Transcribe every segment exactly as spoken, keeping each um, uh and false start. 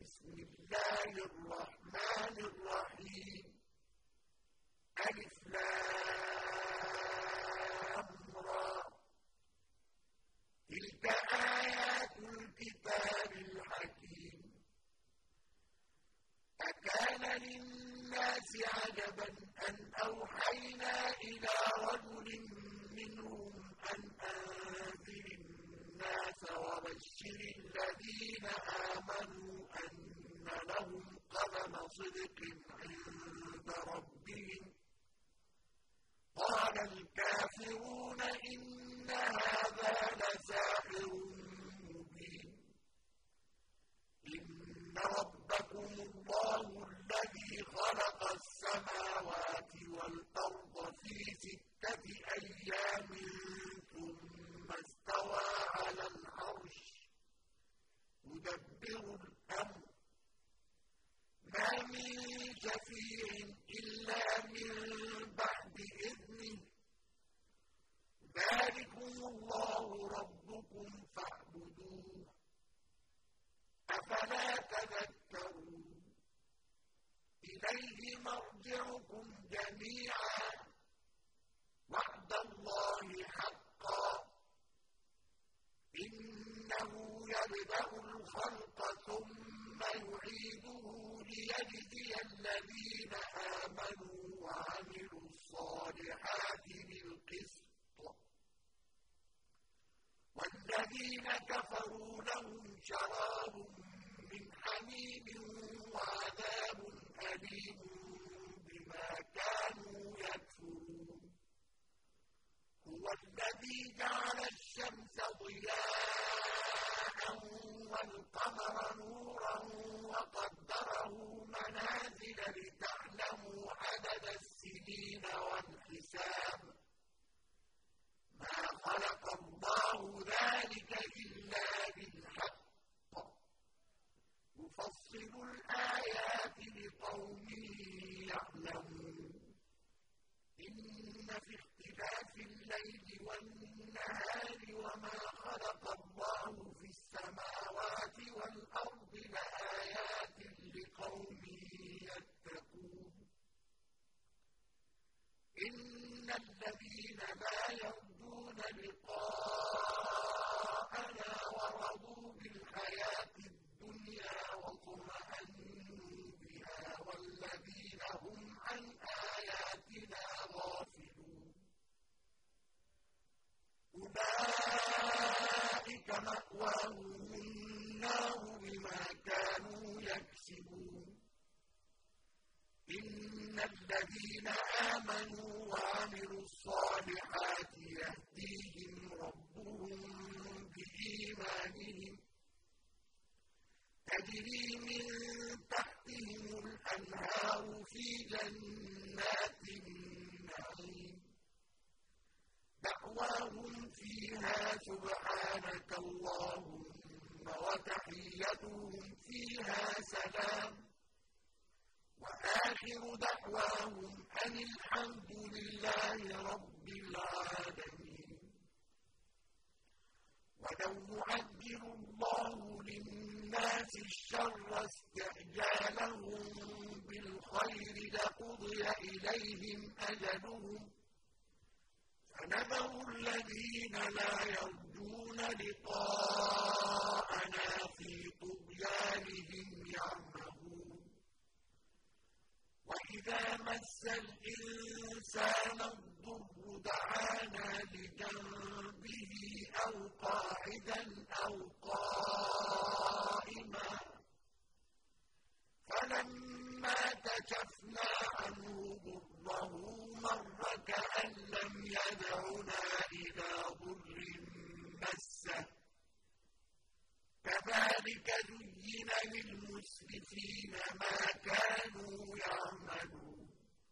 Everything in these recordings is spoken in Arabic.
بسم الله الرحمن الرحيم ألف لام را تلك آيات الكتاب الحكيم أكان للناس عجبا أن أوحينا إلى رجل منهم أن أنذر الناس وبشر الذين آمنوا أن لهم قدم صدق عند ربهم قال الكافرون إن هذا لساحر مبين إن ربكم الله الذي خلق السماوات والأرض في ستة أيام ثم استوى على العرش يدبر الأمر ما من شفيع إلا من بعد إذنه ذلكم الله ربكم فاعبدوه أفلا تذكرون إليه مرجعكم جميعا وعد الله حقا إنه يبدأ الخلق ثم يعيده ليجزي الذين آمنوا وعملوا الصالحات بالقسط والذين كفروا لهم شراب من حميم وعذاب أليم بما كانوا يكفرون هو الذي جعل الشمس ضياء والقمر نورا وقدره منازل لتعلموا عدد السنين والحساب ما خلق الله ذلك إلا بالحق يفصل الآيات لقوم يعلمون إن في اختلاف الليل والنهار وما خلق الله في السماوات والأرض لآيات لقوم يتقون إن الذين لا يرجون لقاءنا ورضوا بالحياة الدنيا واطمأنوا بها والذين هم عن آياتنا غافلون أولئك مأواهم النار بما كانوا يكسبون إن الذين آمنوا وعملوا الصالحات يهديهم ربهم بإيمانهم تجري من تحتهم الأنهار في جنات النعيم دعواهم فيها سبحانك اللهم وتحيتهم فيها سلام وآخر دعواهم أن الحمد لله رب العالمين ولو يعجل الله للناس الشر استعجالهم بالخير لقضي إليهم أجلهم فنذر الذين لا يرجون لقاءنا في طغيانهم يعمهون وإذا مس الإنسان الضر دعانا لجنبه أو قاعدا أو قائما فلما كشفنا عنه ضره مر كأن لم يدعنا إلى ضر مسه كذلك زين للمسرفين ما كانوا يعملون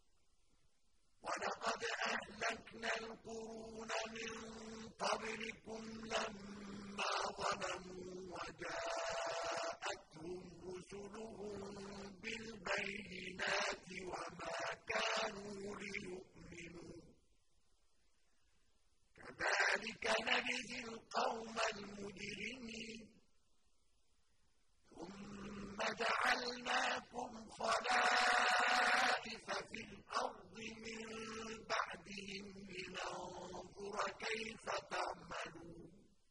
ولقد أهلكنا القرون من قبلكم لما ظلموا وجاءتهم رسلهم بالبينات وما كانوا ليؤمنوا كذلك نجزي القوم المجرمين ثم وَجَعَلْنَاكُمْ خَلَائِفَ فِي الْأَرْضِ مِن بَعْدِهِمْ لِنَنظُرَ كَيْفَ تَعْمَلُونَ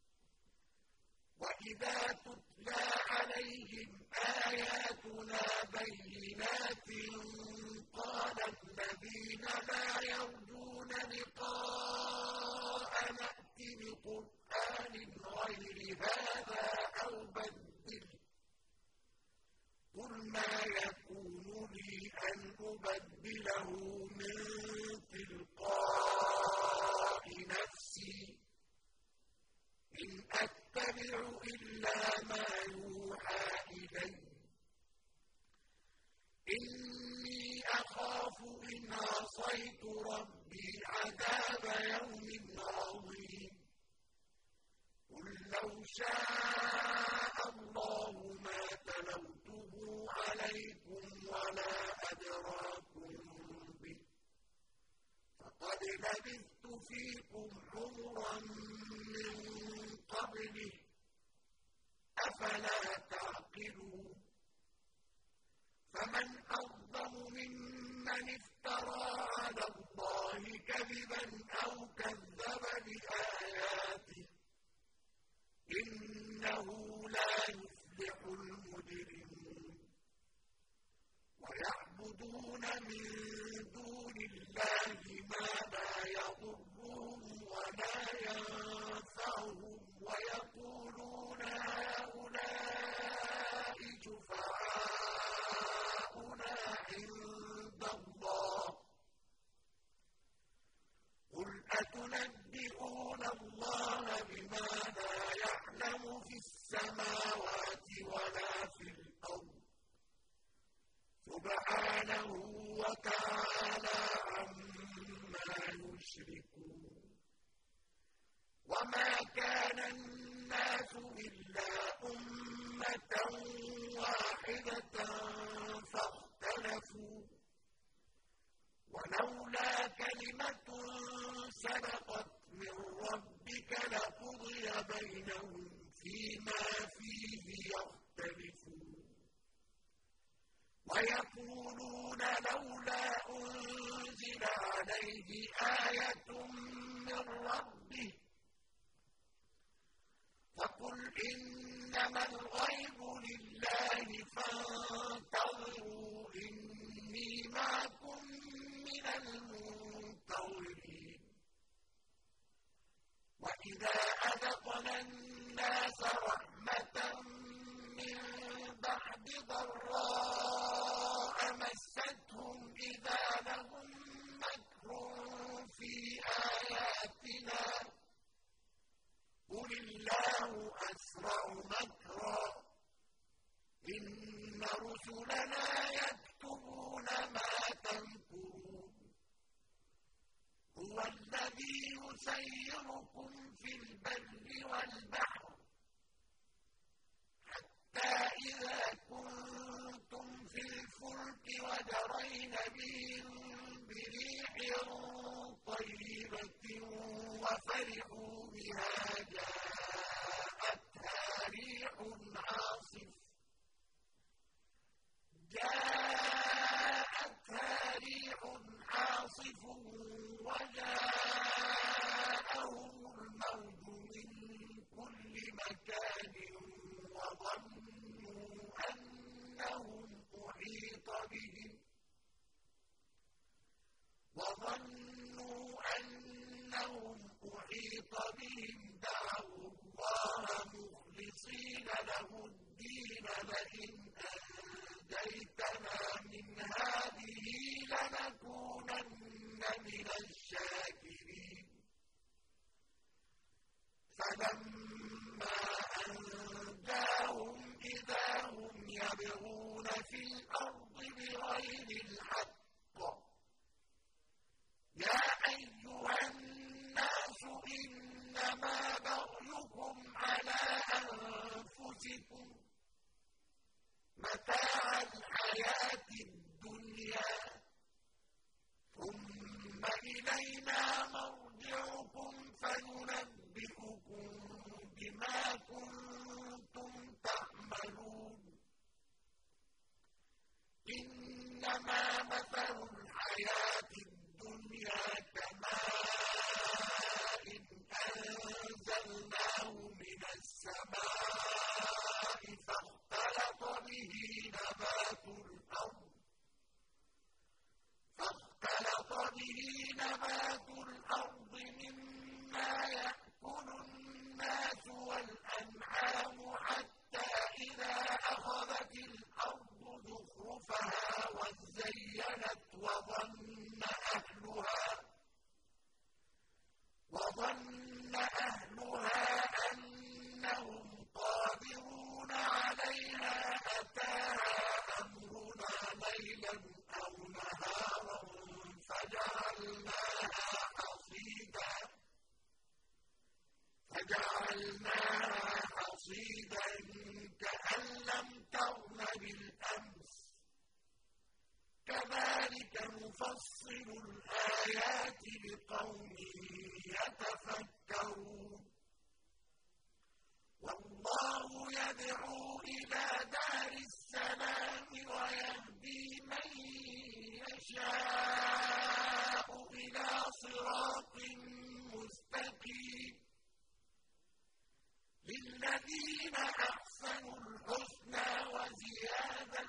وَإِذَا تُتْلَىٰ عَلَيْهِمْ آيَاتُنَا بَيِّنَاتٍ قَالَ الَّذِينَ لَا يَرْجُونَ لِقَاءَنَا ائْتِ بِقُرْآنٍ غَيْرِ هَٰذَا أَوْ بَدِّلْهُ ۚ قُلْ مَا يَكُونُ لِي أَنْ أُبَدِّلَهُ مِن تِلْقَاءِ نَفْسِي ۖ إِنْ أَتَّبِعُ إِلَّا مَا يُوحَىٰ إِلَيَّ ۖ إِنِّي أَخَافُ إِنْ عَصَيْتُ رَبِّي عَذَابَ يَوْمٍ عَظِيمٍ قُل لَّوْ شَاءَ اللَّهُ مَا تَلَوْتُهُ عَلَيْكُمْ وَلَا أَدْرَاكُم بِهِ ۖ فَقَدْ لَبِثْتُ فِيكُمْ عُمُرًا مِّن قَبْلِهِ ۚ أَفَلَا تَعْقِلُونَ فَمَنْ أَظْلَمُ مِمَّنِ افْتَرَىٰ عَلَى اللَّهِ كَذِبًا أَوْ كَذَّبَ بِآيَاتِهِ ۚ إِنَّهُ لَا يُفْلِحُ الْمُجْرِمُونَ وَيَعْبُدُونَ مِن دُونِ اللَّهِ مَا لَا يَضُرُّهُمْ وَلَا يَنفَعُهُمْ وَيَقُولُونَ هَٰؤُلَاءِ شُفَعَاؤُنَا عِندَ اللَّهِ ۚ قُلْ أَتُنَبِّئُونَ اللَّهَ بِمَا لَا يَعْلَمُ فِي السَّمَاوَاتِ وَلَا فِي الْأَرْضِ ۚ سُبْحَانَهُ وَتَعَالَىٰ عَمَّا يُشْرِكُونَ وَمَا كَانَ النَّاسُ إِلَّا أُمَّةً وَاحِدَةً فَاخْتَلَفُوا ۚ وَلَوْلَا كَلِمَةٌ سَبَقَتْ مِن رَّبِّكَ لَقُضِيَ بَيْنَهُمْ فِيمَا فِيهِ يَخْتَلِفُونَ وَيَقُولُونَ لَوْلَا أُنزِلَ عَلَيْهِ آيَةٌ مِّن رَّبِّهِ ۖ فَقُلْ إِنَّمَا الْغَيْبُ لِلَّهِ فَانتَظِرُوا إِنِّي مَعَكُم مِّنَ الْمُنتَظِرِينَ وَإِذَا أَذَقْنَا النَّاسَ رَحْمَةً مِّن بَعْدِ ضَرَّاءَ مَسَّتْهُمْ إِذَا لَهُم مَّكْرٌ فِي آيَاتِنَا ۚ قُلِ اللَّهُ أَسْرَعُ مَكْرًا ۚ إِنَّ رُسُلَنَا يَكْتُبُونَ مَا تَمْكُرُونَ هُوَ الَّذِي يُسَيِّرُكُمْ فِي الْبَرِّ وَالْبَحْرِ حَتَّىٰ إِذَا كُنتُمْ فِي الْفُلْكِ وَجَرَيْنَ بِهِم بِرِيحٍ طَيِّبَةٍ وَفَرِحُوا بِهَا جَاءَتْهَا رِيحٌ عَاصِفٌ وَجَاءَهُمُ الْمَوْجُ مِن كُلِّ مَكَانٍ وَظَنُّوا أَنَّهُمْ أُحِيطَ بِهِمْ دَعَوُا اللَّهَ مُخْلِصِينَ لَهُ الدِّينَ لَئِنْ أَنجَيْتَنَا مِنْ هَٰذِهِ لَنَكُونَنَّ مِنَ الشَّاكِرِينَ فَلَمَّا أَنجَاهُمْ إِذَا هُمْ يَبْغُونَ فِي الْأَرْضِ بِغَيْرِ الْحَقِّ ۗ يَا أَيُّهَا النَّاسُ إِنَّمَا بَغْيُكُمْ عَلَىٰ أَنفُسِكُمْ ۖ مَتَاعَ الْحَيَاةِ الدُّنْيَا ۖ ثُمَّ إِلَيْنَا مَرْجِعُكُمْ فَنُنَبِّئُكُم بِمَا كُنتُمْ تَعْمَلُونَ نبات الأرض فاختلط به نبات الأرض مما يأكل الناس والأنعام حتى إذا أخذت الأرض زخرفها وزينت وظن أهلها وظن أهلها أنهم قادرون عليها أتاها أمرنا ليلا أو نهارا فجعلناها حصيدا فجعلناها حصيدا كأن لم تغن بالأمس كذلك نفصل الآيات لقوم يتفكرون والله يدعو إلى دار السلام ويهدي من يشاء إلى صراط مستقيم للذين أحسنوا الحسنى وزيادة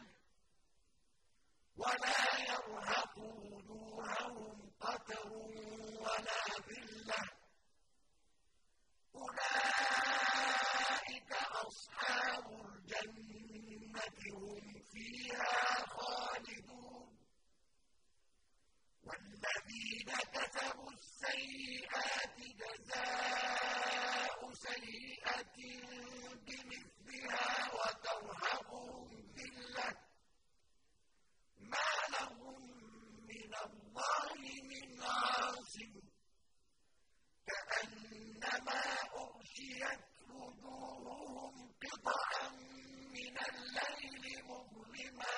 ولا يرهق وجوههم قتر ولا ذلة أولئك أصحاب الجنة هم فيها خالدون والذين كسبوا السيئات جزاء سيئة بمثلها وترهقهم ذلة ما لهم من الله من عاصم كأنما أغشيت وجوههم قطعا من الليل مظلما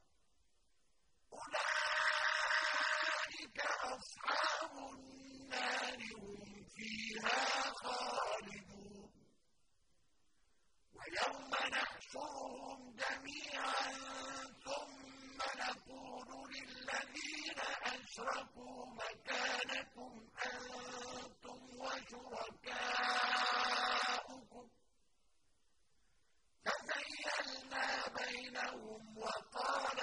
أولئك أصحاب النار هم فيها خالدون ويوم نحشرهم جميعا ثم نقول للذين أشركوا مكانكم أنتم وشركاؤكم فزيّلنا بينهم وقال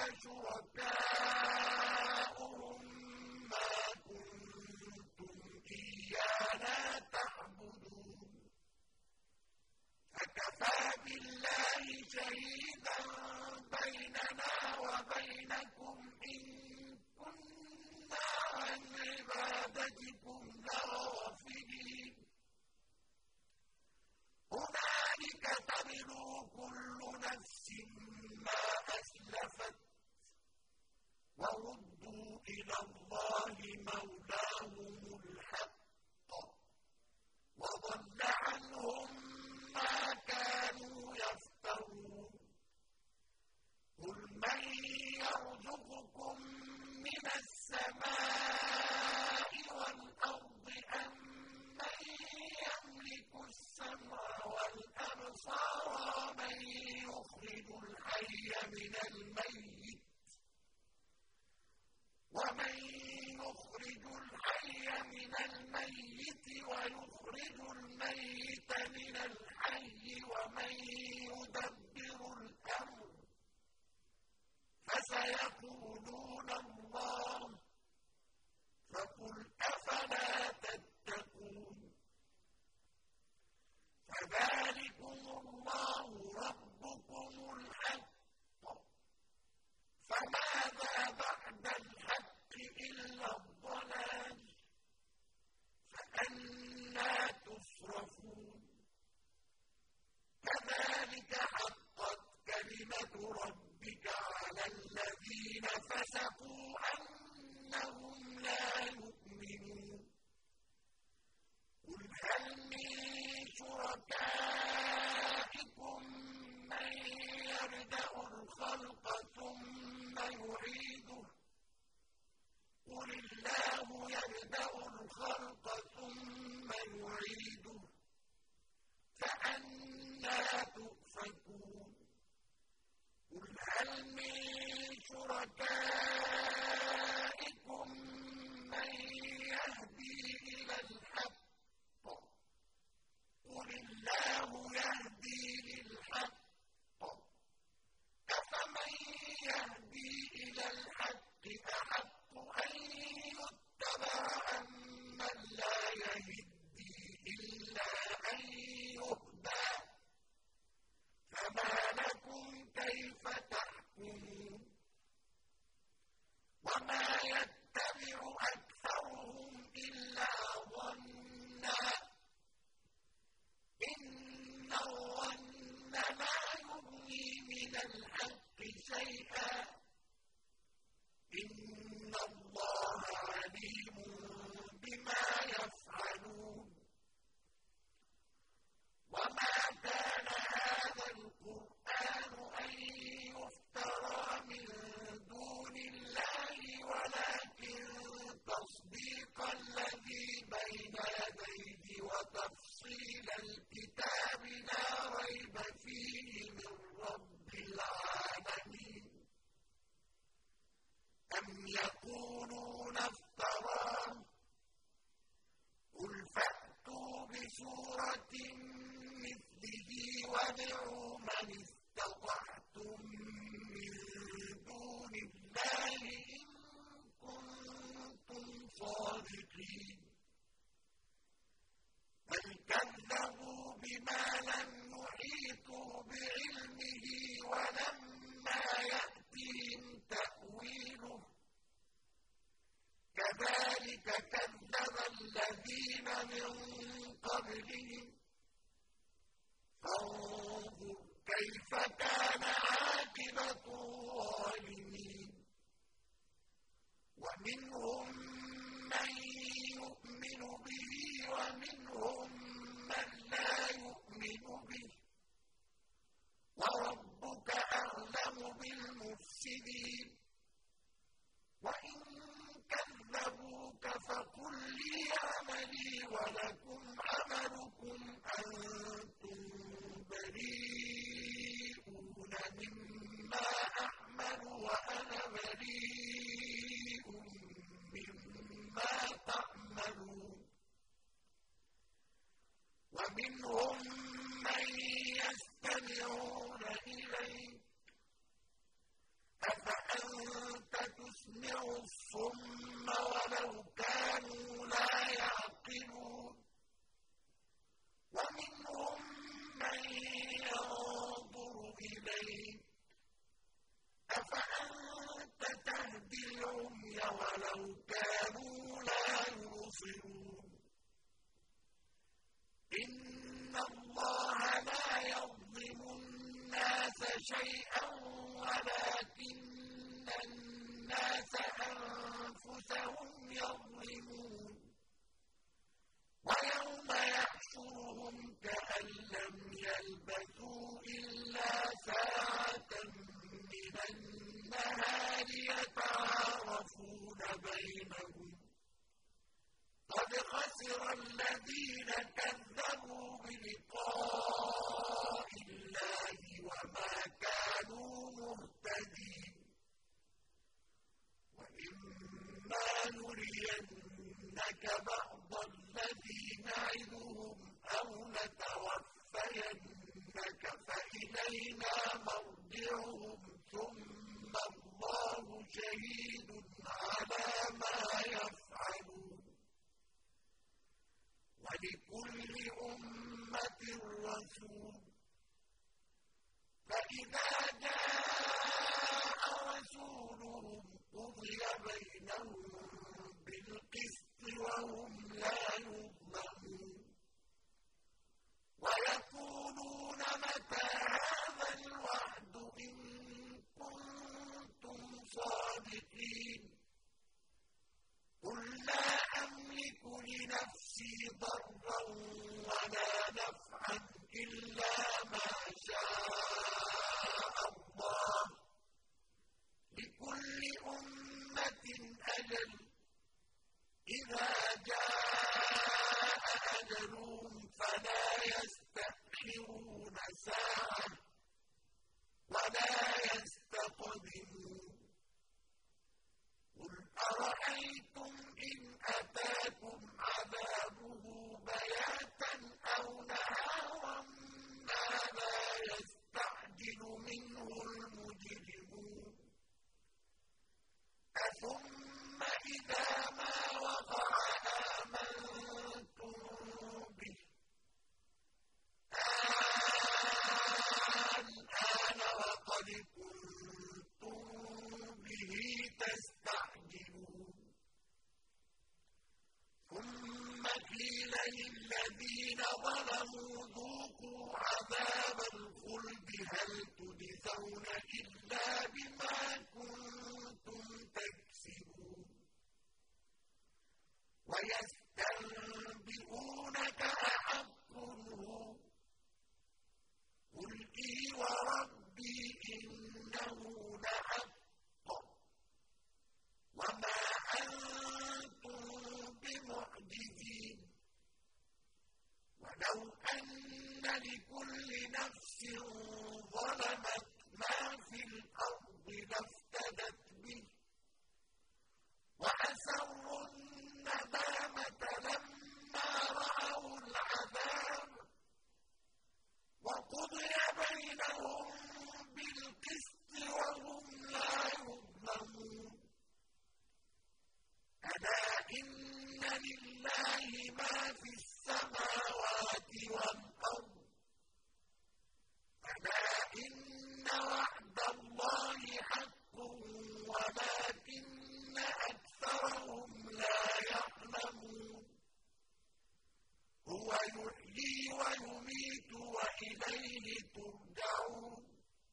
شركاؤهم ما كنتم إيانا تعبدون فكفى بالله شهيدا بيننا وبينكم إن كنا عن عبادتكم لغافلين هنالك تبلو كل نفس ما أسلفت وردوا إلى الله مولاهم الحق وضل عنهم ما كانوا يفترون قل من يرزقكم من السماء والأرض أم من يملك السمع والأبصار ومن يخرج الحي من الميت ومن يخرج الحي من الميت ويخرج الميت من الحي ومن يدبر الأمر فسيقولون الله فقل أفلا تتقون فذلكم الله ربكم الحق فماذا بعد الحق إلا الضلال فأنى تصرفون كذلك حقت كلمة ربك على الذين فسقوا أنهم لا يؤمنون قل هل من شركائكم من يبدأ الخلق ثم يعيده قل الله يبدأ الخلق ثم يعيده فأنى تؤفكون قل هل من شركائكم من يهدي إلى الحق قل الله يهدي للحق أفمن شيئا إن الله عليم بما يفعلون وما كان هذا القرآن أن يفترى من دون الله ولكن تصديق الذي بين يديه وتفصيل الكتاب لا ريب فيه من رب العالمين أم يقولون افتراه قل فأتوا بسورة مثله وادعوا من استطعتم من دون الله إن كنتم صادقين بل كذبوا بما لم يحيطوا بعلمه ولما يأتهم تأويله كذلك كذب الذين من قبلهم فانظر كيف كان عاقبة الظالمين ومنهم من يؤمن به ومنهم من لا يؤمن به وربك أعلم بالمفسدين وإن كذبوك فقل لي عملي ولكم عملكم أنتم بريئون مما أعمل وأنا بريء مما تعملون ومنهم من يستمعون إليك أفأنت تسمع الصم ولو كانوا لا يعقلون ومنهم من ينظر إليك أفأنت تهدي العمي ولو كانوا لا يبصرون إن الله لا يظلم الناس شيئا ولكن الناس أنفسهم يظلمون ويوم يحشرهم كأن لم يلبثوا إلا ساعة من النهار يتعارفون بينهم قد خسر الذين كذبوا بلقاء الله وما كانوا مهتدين وإما نرينك بعض الذي نعدهم أو نتوفينك فإلينا مرجعهم ثم الله شهيد على ما يفعلون ولكل أمة رسول فإذا جاء رسولهم قضي بينهم بالقسط وهم لا يظلمون ويقولون متى هذا الوعد إن كنتم صادقين قل لا أملك لنفسي ضرا ولا نفعا إلا ما شاء الله لكل أمة أجل إذا جاء أجلهم فلا يستأخرون ساعة ولا يستقدمون قل أرأيتم إن أتاكم عذابه بياتا أو نهارا ماذا يستعجل منه المجرمون أثم إذا ما وقع آمنتم به الآن وقد كنتم به تستعجلون ثم قيل للذين ظلموا ذوقوا عذاب الخلد هل تجزون إلا إِلَّا بِمَا كُنتُمْ تَكْسِبُونَ وَيَسْتَنبِئُونَكَ أَحَقٌّ هُوَ قُلْ إِي وَرَبِّي إِنَّهُ لَحَقٌّ وَمَا أَنتُم بِمُعْجِزِينَ وَلَوْ أَنَّ لِكُلِّ نَفْسٍ ظَلَمَتْ مَا فِي الْأَرْضِ لَافْتَدَتْ بِهِ وَأَسَرُّوا النَّدَامَةَ لَمَّا رَأَوُا الْعَذَابَ وَقُضِيَ بَيْنَهُم بِالْقِسْطِ وَهُمْ لَا يُظْلَمُونَ أَلَا إِنَّ لِلَّهِ مَا فِي السَّمَاوَاتِ وَالْأَرْضِ أَلَا إِنَّ وَعْدَ اللَّهِ حَقٌّ وَلَٰكِنَّ أَكْثَرَهُمْ لَا يَعْلَمُونَ هُوَ يُحْيِي وَيُمِيتُ وَإِلَيْهِ تُرْجَعُونَ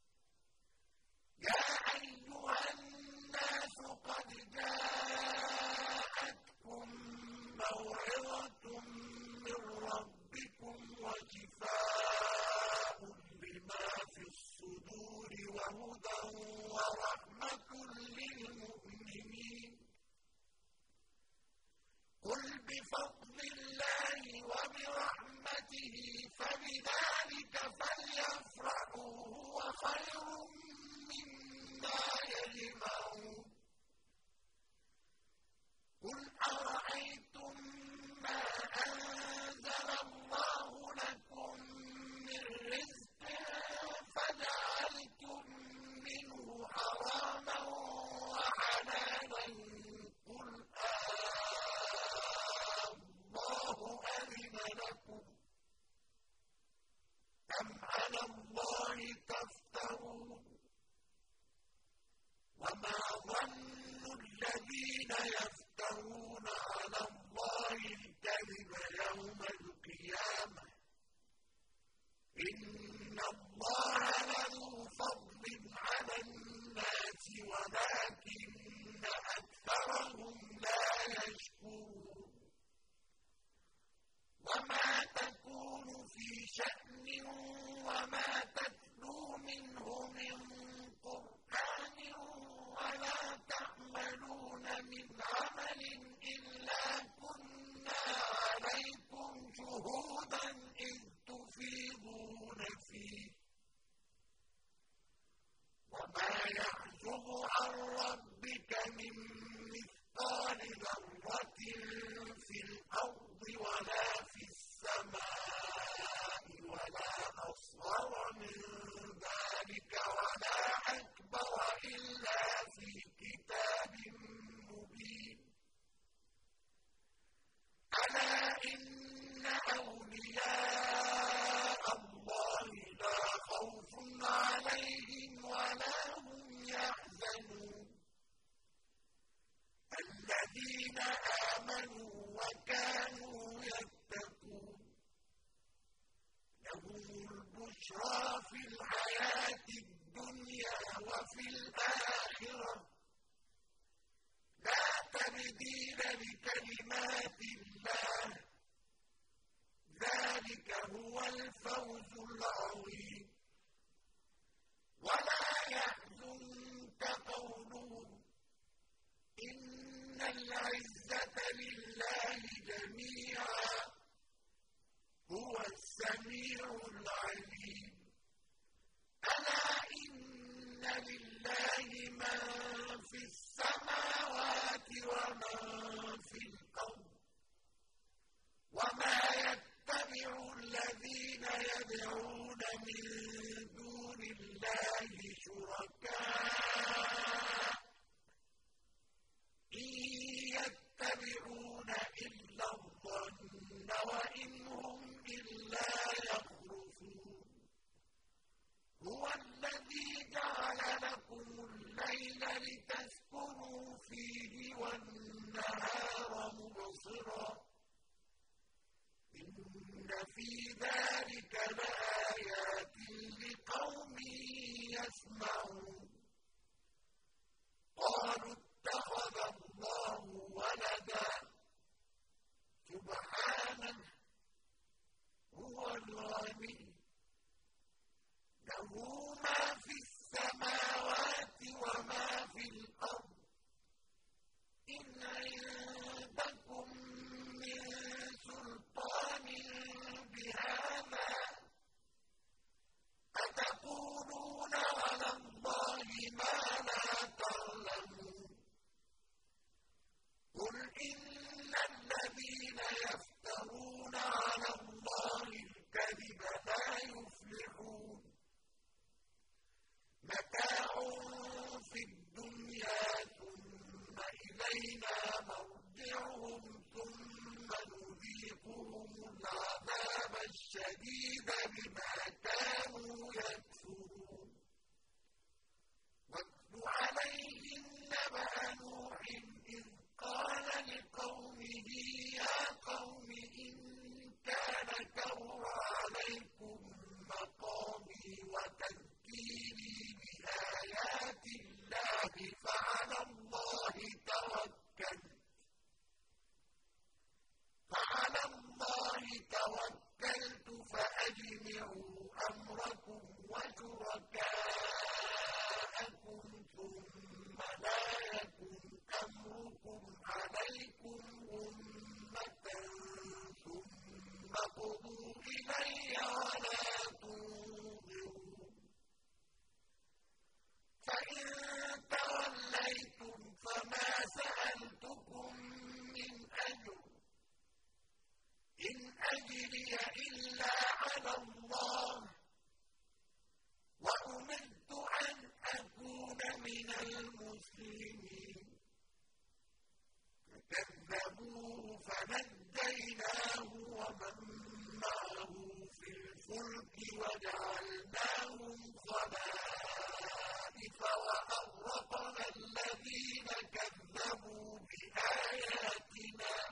يَا أَيُّهَا النَّاسُ قَدْ جَاءَتْكُم مَّوْعِظَةٌ مِّن رَّبِّكُمْ وَشِفَاءٌ لِّمَا فِي الصُّدُورِ وَهُدًى وَرَحْمَةٌ لِّلْمُؤْمِنِينَ قُلْ بِفَضْلِ اللَّهِ وَبِرَحْمَتِهِ فَبِذَٰلِكَ فَلْيَفْرَحُوا هُوَ خَيْرٌ مِّمَّا يَجْمَعُونَ قُلْ أَرَأَيْتُم مَّا أَنزَلَ اللَّهُ لَكُم مِّن رِّزْقٍ فَجَعَلْتُم مِّنْهُ حَرَامًا وَحَلَالًا قُلْ آللَّهُ أَذِنَ لَكُمْ أَمْ عَلَى اللَّهِ تَفْتَرُونَ وَمَا ظَنُّ الَّذِينَ يَفْتَرُونَ عَلَى اللَّهِ الْكَذِبَ يَوْمَ الْقِيَامَةِ إِنَّ اللَّهَ لَذُو فَضْلٍ عَلَى النَّاسِ وَلَٰكِنَّ أَكْثَرَهُمْ لَا يَشْكُرُونَ وَمَا تَكُونُ فِي شَأْنٍ وَمَا تَتْلُو مِنْهُ مِن قُرْآنٍ وَلَا تَعْمَلُونَ مِنْ عَمَلٍ إِلَّا كُنَّا عَلَيْكُمْ شُهُودًا إِذْ تُفِيضُونَ فِيهِ وَمَا يَعْزُبُ عَن رَّبِّكَ مِن مِّثْقَالِ ذَرَّةٍ فِي الْأَرْضِ وَلَا فِي السَّمَاءِ وَلَا أَصْغَرَ مِن ذَٰلِكَ وَلَا أَكْبَرَ إِلَّا فِي كِتَابٍ مُّبِينٍ أَلَا إِنَّ أَوْلِيَاءَ اللَّهِ لَا خَوْفٌ عَلَيْهِمْ وَلَا هُمْ يَحْزَنُونَ الَّذِينَ آمَنُوا وَكَانُوا يَتَّقُونَ لَهُمُ الْبُشْرَىٰ فِي الْحَيَاةِ الدُّنْيَا وَفِي الْآخِرَةِ ۚ لَا تَبْدِيلَ لِكَلِمَاتِ اللَّهِ ۚ ذَٰلِكَ هُوَ الْفَوْزُ الْعَظِيمُ وَلَا يَحْزُنكَ قَوْلُهُمْ إِنَّ الْعِزَّةَ لِلَّهِ جَمِيعًا ۚ هُوَ السَّمِيعُ الْعَلِيمُ أَلَا إِنَّ لِلَّهِ مَن فِي السَّمَاوَاتِ وَمَن فِي الْأَرْضِ وَمَا يَتَّبِعُ الَّذِينَ يَدْعُونَ مِن دُونِ اللَّهِ شُرَكَاءَ إِن يَتَّبِعُونَ إِلَّا الظَّنَّ وَإِنْ هُمْ إِلَّا يَخْرُصُونَ هُوَ الَّذِي جَعَلَ لَكُمُ اللَّيْلَ لِتَسْكُنُوا فِيهِ وَالنَّهَارَ مُبْصِرًا ۚ إِنَّ فِي ذَٰلِكَ لَآيَاتٍ لِّقَوْمٍ يَسْمَعُونَ فَإِن تَوَلَّيْتُمْ فَمَا سَأَلْتُكُم مِّنْ أَجْرٍ ۖ إِنْ أَجْرِيَ إِلَّا عَلَى اللَّهِ ۖ وَأُمِرْتُ أَنْ أَكُونَ مِنَ الْمُسْلِمِينَ فَكَذَّبُوهُ فَنَجَّيْنَاهُ وَمَن مَّعَهُ فِي الْفُلْكِ وَجَعَلْنَاهُمْ خَلَائِفَ وَأَغْرَقْنَا الَّذِينَ كَذَّبُوا بِآيَاتِنَا ۖ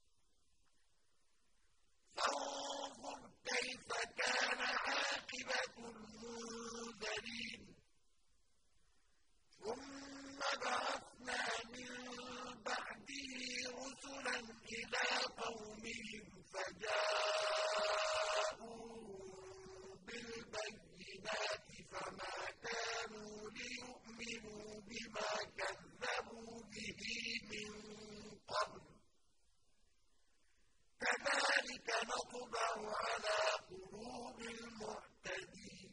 فَانظُرْ كَيْفَ كَانَ عَاقِبَةُ الْمُنذَرِينَ ثُمَّ بَعَثْنَا مِن بَعْدِهِ رُسُلًا إِلَىٰ قَوْمِهِمْ فَجَاءُوهُم بِالْبَيِّنَاتِ فَمَا كَانُوا لِيُؤْمِنُوا بِمَا كَذَّبُوا بِهِ مِن قَبْلُ ۚ كَذَٰلِكَ نَطْبَعُ عَلَىٰ قُلُوبِ الْمُعْتَدِينَ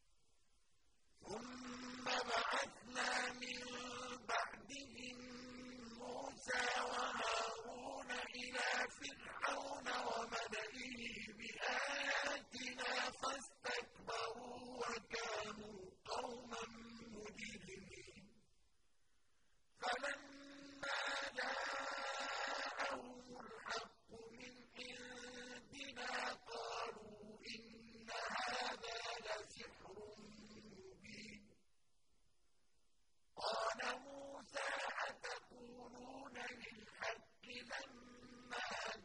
ثُمَّ بَعَثْنَا مِن بَعْدِهِم مُّوسَىٰ وَهَارُونَ إِلَىٰ فِرْعَوْنَ وَمَلَئِهِ بِآيَاتِنَا فَاسْتَكْبَرُوا وَكَانُوا قَوْمًا مُّجْرِمِينَ فَلَمَّا جَاءَهُمُ الْحَقُّ مِنْ عِندِنَا قَالُوا إِنَّ هَٰذَا لَسِحْرٌ مُّبِينٌ قَالَ مُوسَىٰ أَتَقُولُونَ لِلْحَقِّ لَمَّا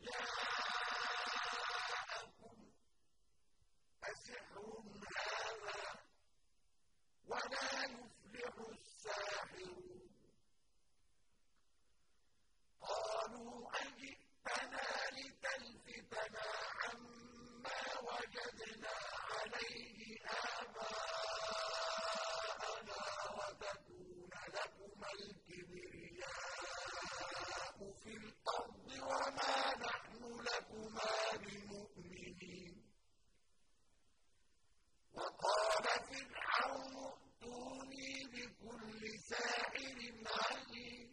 جَاءَكُمْ أَسِحْرٌ هَٰذَا وَلَا يُفْلِحُ السَّاحِرُونَ قَالُوا أَجِئْتَنَا لِتَلْفِتَنَا عَمَّا وَجَدْنَا عَلَيْهِ آبَاءَنَا وَتَكُونَ لَكُمَا الْكِبْرِيَاءُ فِي الْأَرْضِ وَمَا نَحْنُ لَكُمَا بِمُؤْمِنِينَ وَقَالَ فِرْعَوْنُ ائْتُونِي بِكُلِّ سَاحِرٍ عَلِيمٍ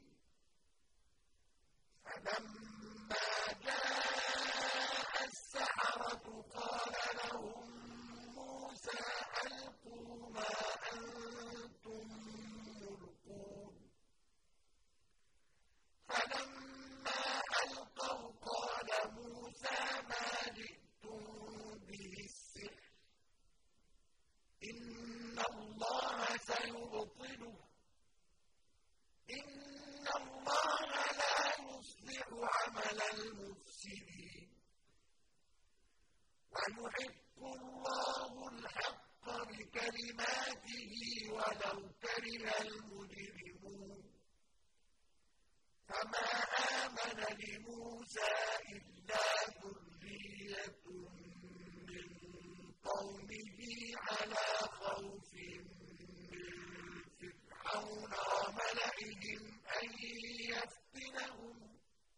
فَلَمَّا جَاءَ السَّحَرَةُ قَالَ لَهُم مُّوسَىٰ أَلْقُوا مَا أَنتُم مُّلْقُونَ فَلَمَّا أَلْقَوْا قَالَ مُوسَىٰ مَا جِئْتُم بِهِ السِّحْرُ ۖ إِنَّ اللَّهَ سَيُبْطِلُهُ ۖ إِنَّ اللَّهَ لَا يُصْلِحُ عَمَلَ الْمُفْسِدِينَ وَيُحِقُّ اللَّهُ الْحَقَّ بِكَلِمَاتِهِ وَلَوْ كَرِهَ الْمُجْرِمُونَ فَمَا آمَنَ لِمُوسَىٰ إِلَّا ذُرِّيَّةٌ مِّن قَوْمِهِ عَلَىٰ خَوْفٍ مِّن فِرْعَوْنَ وَمَلَئِهِمْ أَن يَفْتِنَهُمْ ۚ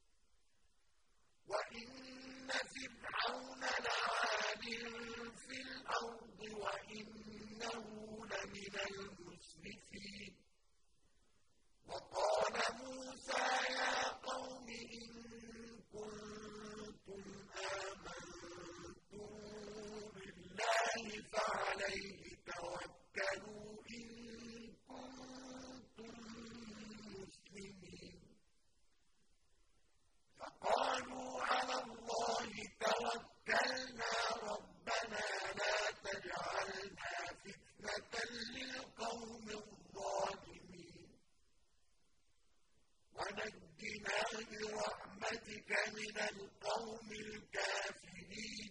وَإِنَّ فِرْعَوْنَ لَعَالٍ فِي الْأَرْضِ وَإِنَّهُ لَمِنَ الْمُسْرِفِينَ وَقَالَ مُوسَىٰ يَا قَوْمِ إِن كُنتُمْ آمَنتُم بِاللَّهِ فَعَلَيْهِ تَوَكَّلُوا إِن كُنتُم مُّسْلِمِينَ فَقَالُوا عَلَى اللَّهِ تَوَكَّلْنَا رَبَّنَا لَا تَجْعَلْنَا فِتْنَةً لِّلْقَوْمِ الظَّالِمِينَ وَنَجِّنَا بِرَحْمَتِكَ مِنَ الْقَوْمِ الْكَافِرِينَ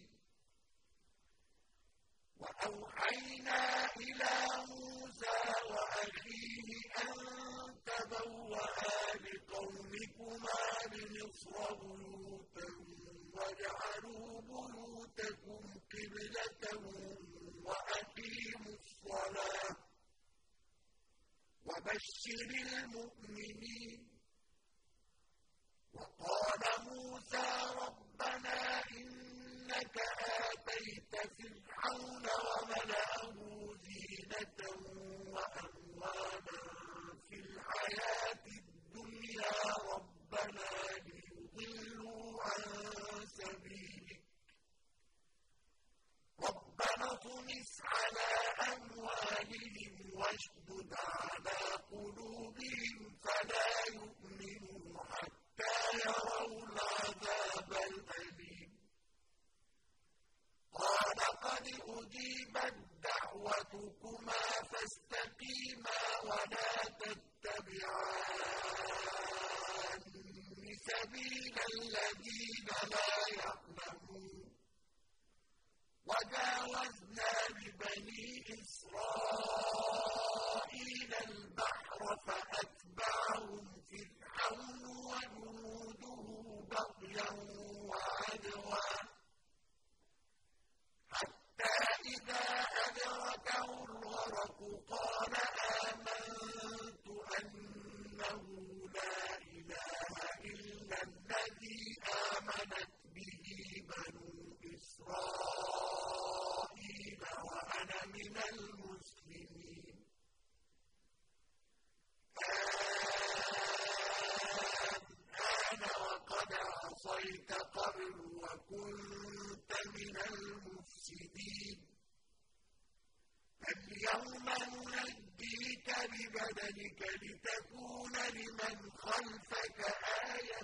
وَأَوْحَيْنَا إِلَىٰ مُوسَىٰ وَأَخِيهِ أَن تَبَوَّآ لِقَوْمِكُمَا بِمِصْرَ بُيُوتًا وَاجْعَلُوا بُيُوتَكُمْ قِبْلَةً وَأَقِيمُوا الصَّلَاةَ وَبَشِّرِ الْمُؤْمِنِينَ وَقَالَ مُوسَىٰ رَبَّنَا إِنَّكَ آتَيْتَ فِرْعَوْنَ وَمَلَأَهُ زِينَةً وَأَمْوَالًا تتبعان سبيل الذين لا يعلمون وجاوزنا ببني إسرائيل البحر فأتبعهم فرعون وجنوده بغيا وعدوا حتى إذا أدركه الغرق قال آمنت أنه لا إله إلا الذي آمنت به بنو إسرائيل وأنا من المسلمين الآن وقد عصيت قبل وكنت من المفسدين اليوم ننجيك ببدنك لتكون لمن خلفك آية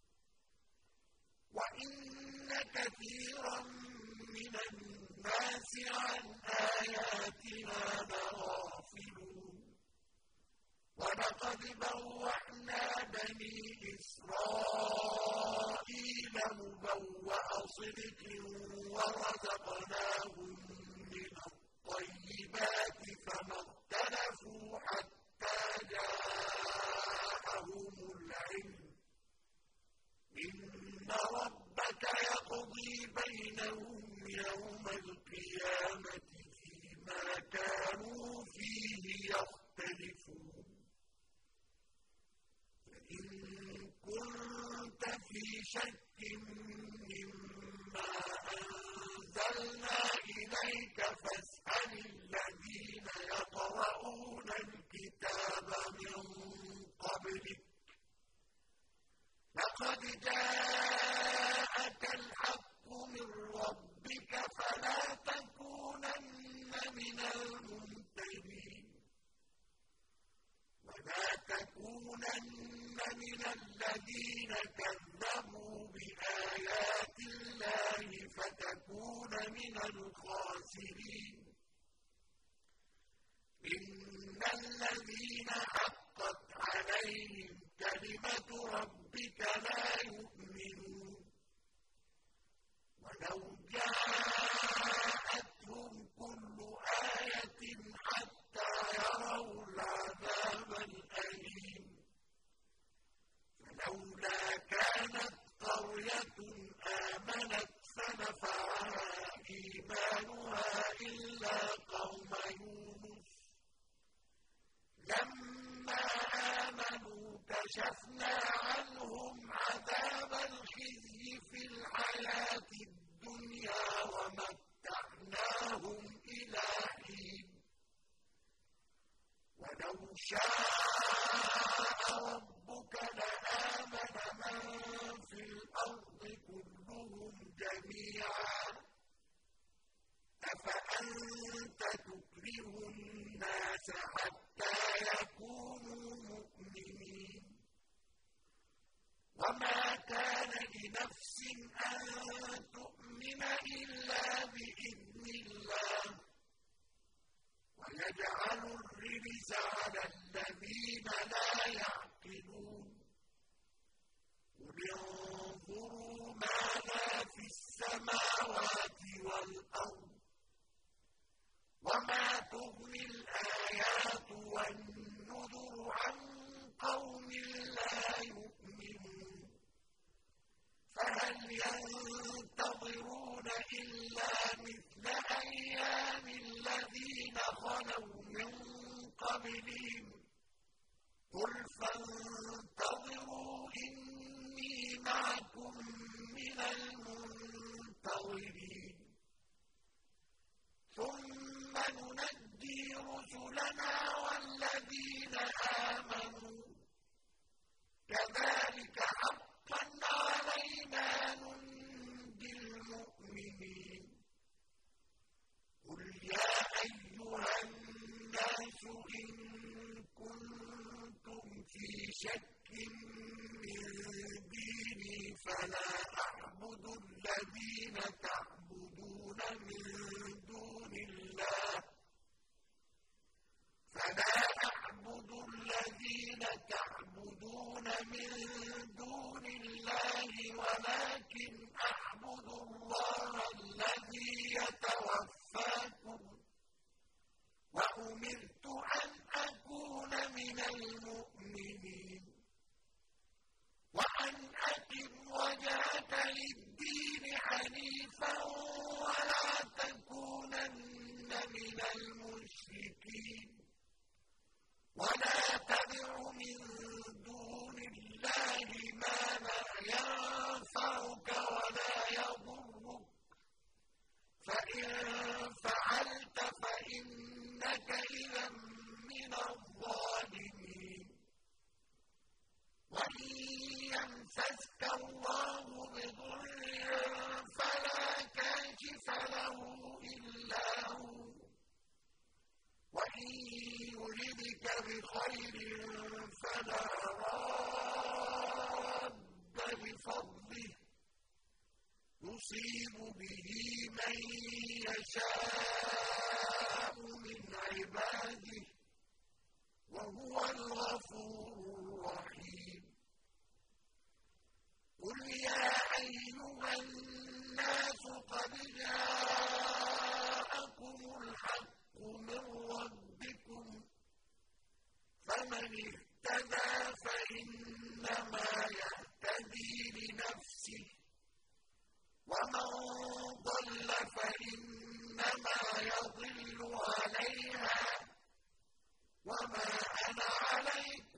وإن كثيرا من الناس عن آياتنا لغافلون ولقد بوأنا بني إسرائيل مبوأ صدق ورزقناهم من الطيبات فما اختلفوا حتى جاءهم العلم إن ربك يقضي بينهم يوم القيامة فيما كانوا فيه يختلفون فإن كنت في شك مما أنزلنا إليك فاسأل الذين يقرؤون الكتاب من قبلك لقد جاءك الحق من ربك فلا تكونن من الممترين ولا تكونن من الذين كذبوا بآيات الله فتكون من الخاسرين إن الذين حقت عليهم كلمة ربك لا يؤمنون ولو جاءتهم كل آية حتى يروا العذاب الأليم فلولا كانت قرية آمنت فنفعها إيمانها إلا قوم يونس لما آمنوا كشفنا عنهم عذاب الخزي في الحياة الدنيا ومتعناهم إلى حين ولو شاء ربك لآمن من في الأرض كلهم جميعا أفأنت تكره الناس حتى يكونوا مؤمنين وما كان لنفس أن تؤمن إلا بإذن الله ويجعل الرجس على الذين لا يعقلون قل انظروا ماذا في السماوات والأرض وما تغني الآيات والنذر عن قوم لا يؤمنون فهل ينتظرون إلا مثل أيام الذين خلوا من قبلهم قل فانتظروا إني معكم من المنتظرين ثم ننجي رسلنا والذين آمنوا كذلك حقا علينا ننجي المؤمنين قل يا أيها الناس إن كنتم في شك من ديني فلا أعبد الذين تعبدون من دون الله فلا أعبد الذين المؤمنين وأن أقم وجهك للدين حنيفا ولا تكونن من المشركين ولا تدع من دون الله ما لا ينفعك ولا يضرك فإن فعلت فإنك إذا من الظالمين وإن يمسسك الله بضر فلا كاشف له إلا هو وإن يردك بخير فلا راد لفضله يصيب به من يشاء من عباده وهو الغفور الرحيم قل يا أيها الناس قد جاءكم الحق من ربكم فمن اهتدى فإنما يهتدي لنفسه ومن ضل فإنما يضل عليها وما أنا عليكم